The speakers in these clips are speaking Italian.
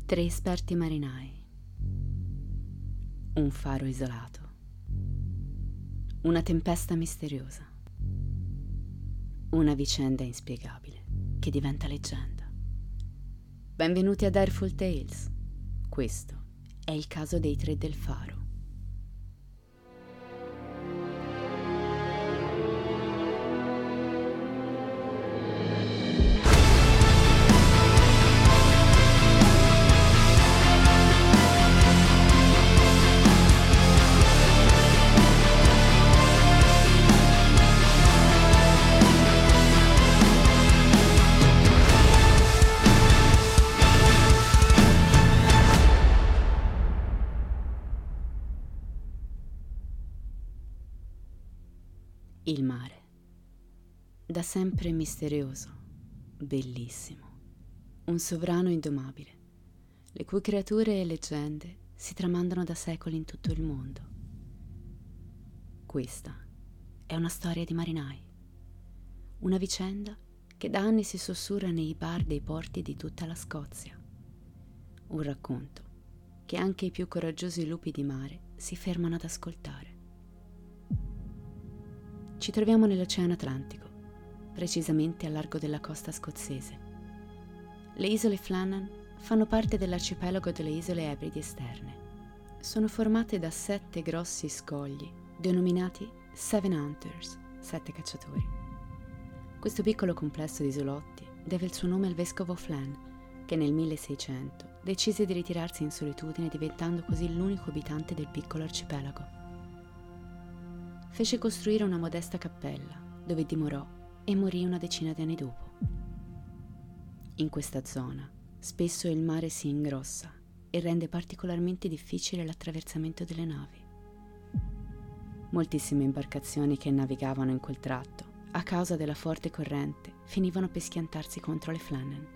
3 esperti marinai, un faro isolato, una tempesta misteriosa, una vicenda inspiegabile che diventa leggenda. Benvenuti a Direful Tales. Questo è il caso dei 3 del faro. Il mare, da sempre misterioso, bellissimo, un sovrano indomabile, le cui creature e leggende si tramandano da secoli in tutto il mondo. Questa è una storia di marinai, una vicenda che da anni si sussurra nei bar dei porti di tutta la Scozia, un racconto che anche i più coraggiosi lupi di mare si fermano ad ascoltare. Ci troviamo nell'Oceano Atlantico, precisamente a largo della costa scozzese. Le isole Flannan fanno parte dell'arcipelago delle isole Ebridi esterne. Sono formate da 7 grossi scogli, denominati Seven Hunters, 7 cacciatori. Questo piccolo complesso di isolotti deve il suo nome al vescovo Flann, che nel 1600 decise di ritirarsi in solitudine, diventando così l'unico abitante del piccolo arcipelago. Fece costruire una modesta cappella, dove dimorò e morì una decina di anni dopo. In questa zona spesso il mare si ingrossa e rende particolarmente difficile l'attraversamento delle navi. Moltissime imbarcazioni che navigavano in quel tratto, a causa della forte corrente, finivano per schiantarsi contro le Flannan.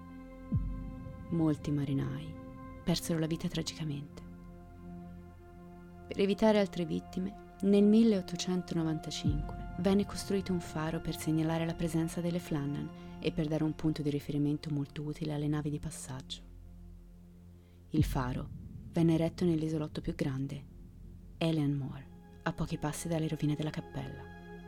Molti marinai persero la vita tragicamente. Per evitare altre vittime, nel 1895 venne costruito un faro per segnalare la presenza delle Flannan e per dare un punto di riferimento molto utile alle navi di passaggio. Il faro venne eretto nell'isolotto più grande, Eilean-Mor, a pochi passi dalle rovine della cappella.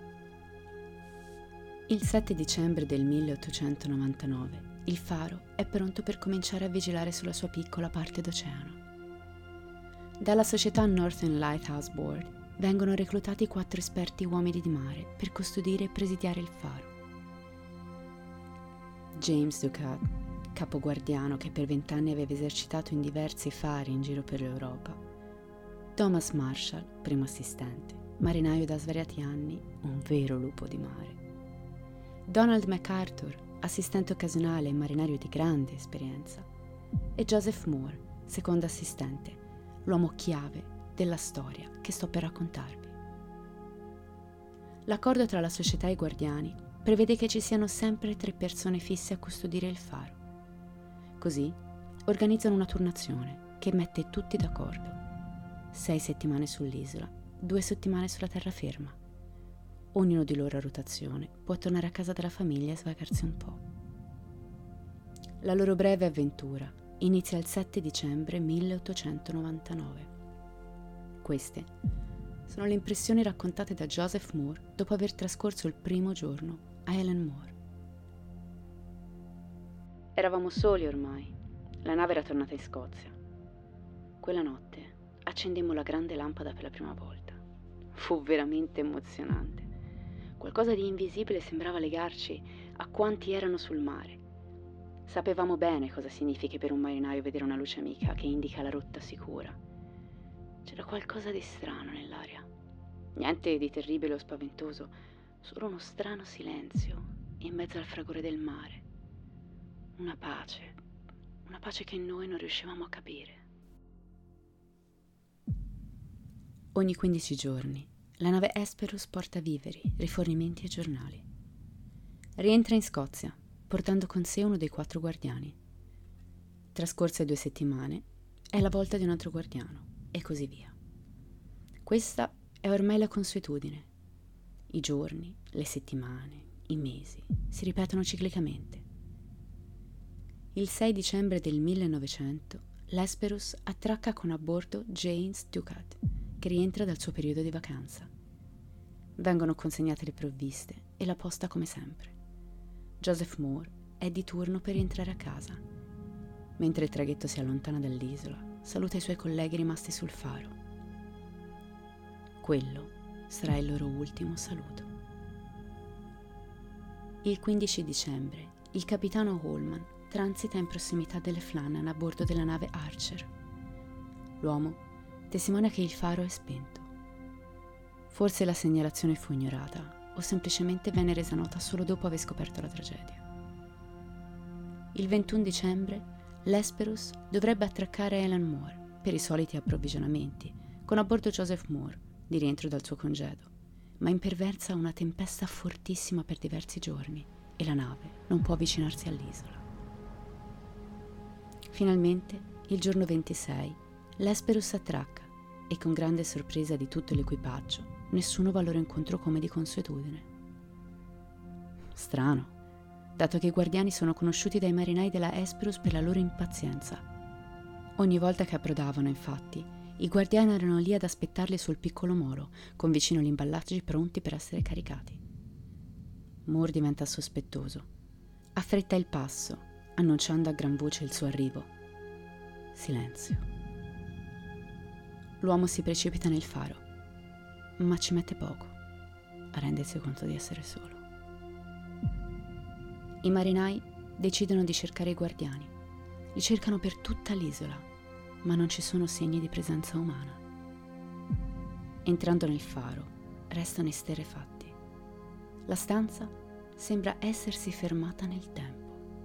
Il 7 dicembre del 1899 il faro è pronto per cominciare a vigilare sulla sua piccola parte d'oceano. Dalla società Northern Lighthouse Board vengono reclutati 4 esperti uomini di mare per custodire e presidiare il faro. James Ducat, capoguardiano che per 20 anni aveva esercitato in diversi fari in giro per l'Europa. Thomas Marshall, primo assistente, marinaio da svariati anni, un vero lupo di mare. Donald MacArthur, assistente occasionale e marinaio di grande esperienza. E Joseph Moore, secondo assistente, l'uomo chiave della storia che sto per raccontarvi. L'accordo tra la società e i guardiani prevede che ci siano sempre 3 persone fisse a custodire il faro. Così organizzano una turnazione che mette tutti d'accordo. 6 settimane sull'isola, 2 settimane sulla terraferma. Ognuno di loro a rotazione può tornare a casa della famiglia e svagarsi un po'. La loro breve avventura inizia il 7 dicembre 1899. Queste sono le impressioni raccontate da Joseph Moore dopo aver trascorso il primo giorno a Eilean-Mor. Eravamo soli ormai. La nave era tornata in Scozia. Quella notte accendemmo la grande lampada per la prima volta. Fu veramente emozionante. Qualcosa di invisibile sembrava legarci a quanti erano sul mare. Sapevamo bene cosa significa per un marinaio vedere una luce amica che indica la rotta sicura. C'era qualcosa di strano nell'aria. Niente di terribile o spaventoso, solo uno strano silenzio in mezzo al fragore del mare. Una pace che noi non riuscivamo a capire. Ogni 15 giorni la nave Hesperus porta viveri, rifornimenti e giornali. Rientra in Scozia, portando con sé uno dei 4 guardiani. Trascorse 2 settimane, è la volta di un altro guardiano. E così via. Questa è ormai la consuetudine. I giorni, le settimane, i mesi si ripetono ciclicamente. Il 6 dicembre del 1900, l'Hesperus attracca con a bordo James Ducat, che rientra dal suo periodo di vacanza. Vengono consegnate le provviste e la posta come sempre. Joseph Moore è di turno per rientrare a casa. Mentre il traghetto si allontana dall'isola, saluta i suoi colleghi rimasti sul faro. Quello sarà il loro ultimo saluto. Il 15 dicembre, il capitano Holman transita in prossimità delle Flannan a bordo della nave Archer. L'uomo testimonia che il faro è spento. Forse la segnalazione fu ignorata o semplicemente venne resa nota solo dopo aver scoperto la tragedia. Il 21 dicembre l'Hesperus dovrebbe attraccare a Elan Moore per i soliti approvvigionamenti, con a bordo Joseph Moore, di rientro dal suo congedo, ma imperversa una tempesta fortissima per diversi giorni e la nave non può avvicinarsi all'isola. Finalmente, il giorno 26, l'Hesperus attracca e con grande sorpresa di tutto l'equipaggio, nessuno va al loro incontro come di consuetudine. Strano, dato che i guardiani sono conosciuti dai marinai della Hesperus per la loro impazienza. Ogni volta che approdavano, infatti, i guardiani erano lì ad aspettarli sul piccolo molo, con vicino gli imballaggi pronti per essere caricati. Moore diventa sospettoso. Affretta il passo, annunciando a gran voce il suo arrivo. Silenzio. L'uomo si precipita nel faro, ma ci mette poco a rendersi conto di essere solo. I marinai decidono di cercare i guardiani. Li cercano per tutta l'isola, ma non ci sono segni di presenza umana. Entrando nel faro, restano esterrefatti. La stanza sembra essersi fermata nel tempo.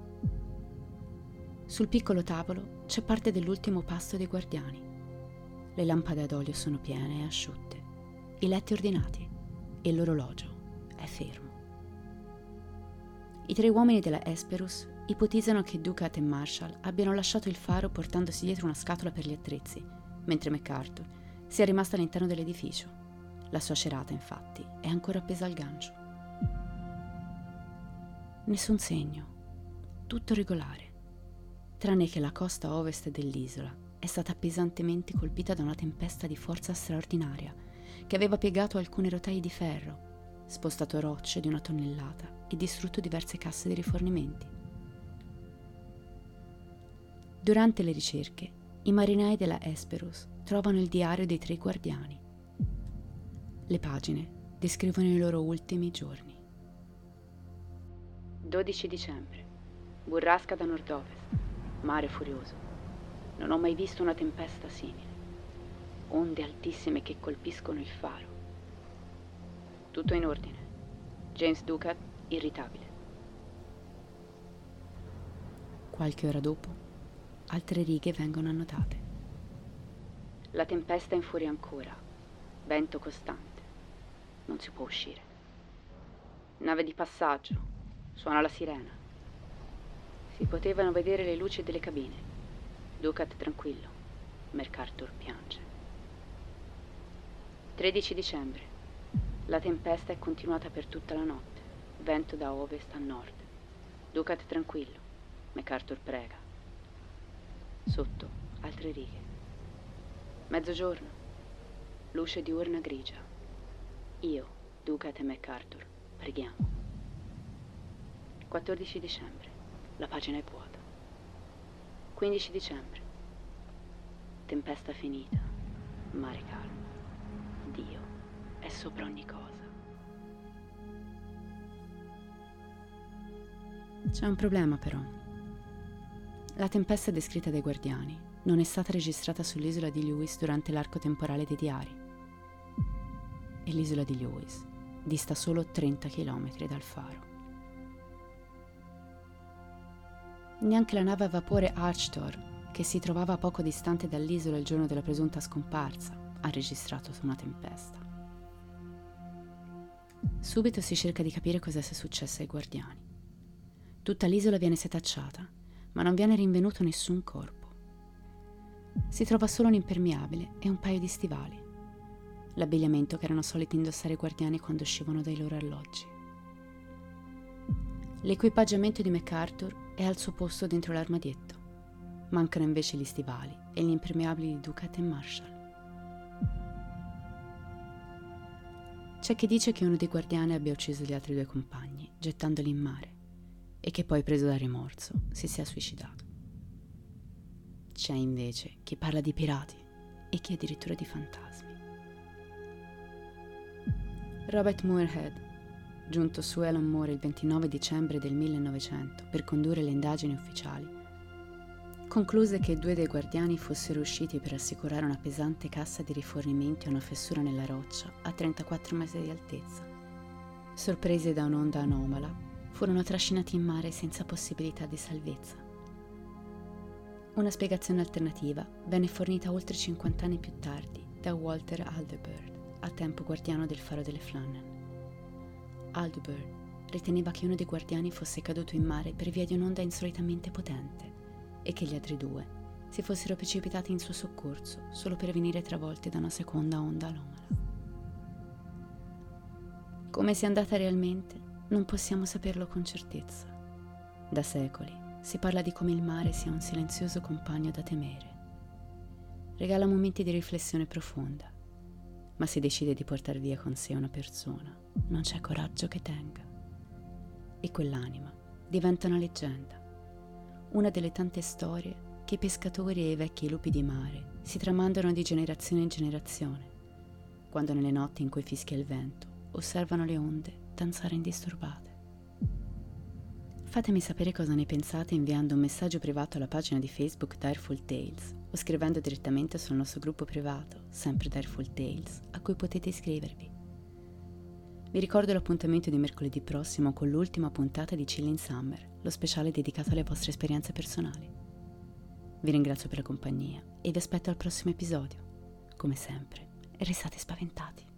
Sul piccolo tavolo c'è parte dell'ultimo pasto dei guardiani. Le lampade ad olio sono piene e asciutte, i letti ordinati e l'orologio è fermo. I 3 uomini della Hesperus ipotizzano che Ducat e Marshall abbiano lasciato il faro portandosi dietro una scatola per gli attrezzi, mentre MacArthur sia rimasto all'interno dell'edificio. La sua cerata, infatti, è ancora appesa al gancio. Nessun segno, tutto regolare, tranne che la costa ovest dell'isola è stata pesantemente colpita da una tempesta di forza straordinaria che aveva piegato alcune rotaie di ferro, spostato rocce di 1 tonnellata e distrutto diverse casse di rifornimenti. Durante le ricerche, i marinai della Hesperus trovano il diario dei 3 guardiani. Le pagine descrivono i loro ultimi giorni. 12 dicembre. Burrasca da nord-ovest. Mare furioso. Non ho mai visto una tempesta simile. Onde altissime che colpiscono il faro. Tutto in ordine. James Ducat irritabile. Qualche ora dopo, altre righe vengono annotate. La tempesta infuria ancora. Vento costante. Non si può uscire. Nave di passaggio. Suona la sirena. Si potevano vedere le luci delle cabine. Ducat tranquillo. MacArthur piange. 13 dicembre. La tempesta è continuata per tutta la notte. Vento da ovest a nord. Ducat tranquillo. MacArthur prega. Sotto, altre righe. Mezzogiorno. Luce diurna grigia. Io, Ducat e MacArthur preghiamo. 14 dicembre. La pagina è vuota. 15 dicembre. Tempesta finita. Mare calmo. Dio è sopra ogni cosa. C'è un problema però. La tempesta descritta dai guardiani non è stata registrata sull'isola di Lewis durante l'arco temporale dei diari. E l'isola di Lewis dista solo 30 km dal faro. Neanche la nave a vapore Archtor, che si trovava poco distante dall'isola il giorno della presunta scomparsa, ha registrato una tempesta. Subito si cerca di capire cosa sia successo ai guardiani. Tutta l'isola viene setacciata, ma non viene rinvenuto nessun corpo. Si trova solo un impermeabile e un paio di stivali, l'abbigliamento che erano soliti indossare i guardiani quando uscivano dai loro alloggi. L'equipaggiamento di MacArthur è al suo posto dentro l'armadietto. Mancano invece gli stivali e gli impermeabili di Ducat e Marshall. C'è chi dice che uno dei guardiani abbia ucciso gli altri 2 compagni, gettandoli in mare, e che poi, preso da rimorso, si sia suicidato. C'è invece chi parla di pirati e chi addirittura di fantasmi. Robert Moorhead, giunto su Elon Moore il 29 dicembre del 1900 per condurre le indagini ufficiali, concluse che 2 dei guardiani fossero usciti per assicurare una pesante cassa di rifornimenti a una fessura nella roccia a 34 metri di altezza. Sorpresi da un'onda anomala, furono trascinati in mare senza possibilità di salvezza. Una spiegazione alternativa venne fornita oltre 50 anni più tardi da Walter Aldebert, a tempo guardiano del faro delle Flannan. Aldebert riteneva che uno dei guardiani fosse caduto in mare per via di un'onda insolitamente potente e che gli altri 2 si fossero precipitati in suo soccorso solo per venire travolti da una seconda onda anomala. Come sia andata realmente, non possiamo saperlo con certezza. Da secoli si parla di come il mare sia un silenzioso compagno da temere. Regala momenti di riflessione profonda, ma se decide di portar via con sé una persona, non c'è coraggio che tenga. E quell'anima diventa una leggenda, una delle tante storie che i pescatori e i vecchi lupi di mare si tramandano di generazione in generazione, quando nelle notti in cui fischia il vento osservano le onde danzare indisturbate. Fatemi sapere cosa ne pensate inviando un messaggio privato alla pagina di Facebook Direful Tales o scrivendo direttamente sul nostro gruppo privato, sempre Direful Tales, a cui potete iscrivervi. Vi ricordo l'appuntamento di mercoledì prossimo con l'ultima puntata di Chill in Summer, lo speciale dedicato alle vostre esperienze personali. Vi ringrazio per la compagnia e vi aspetto al prossimo episodio. Come sempre, restate spaventati.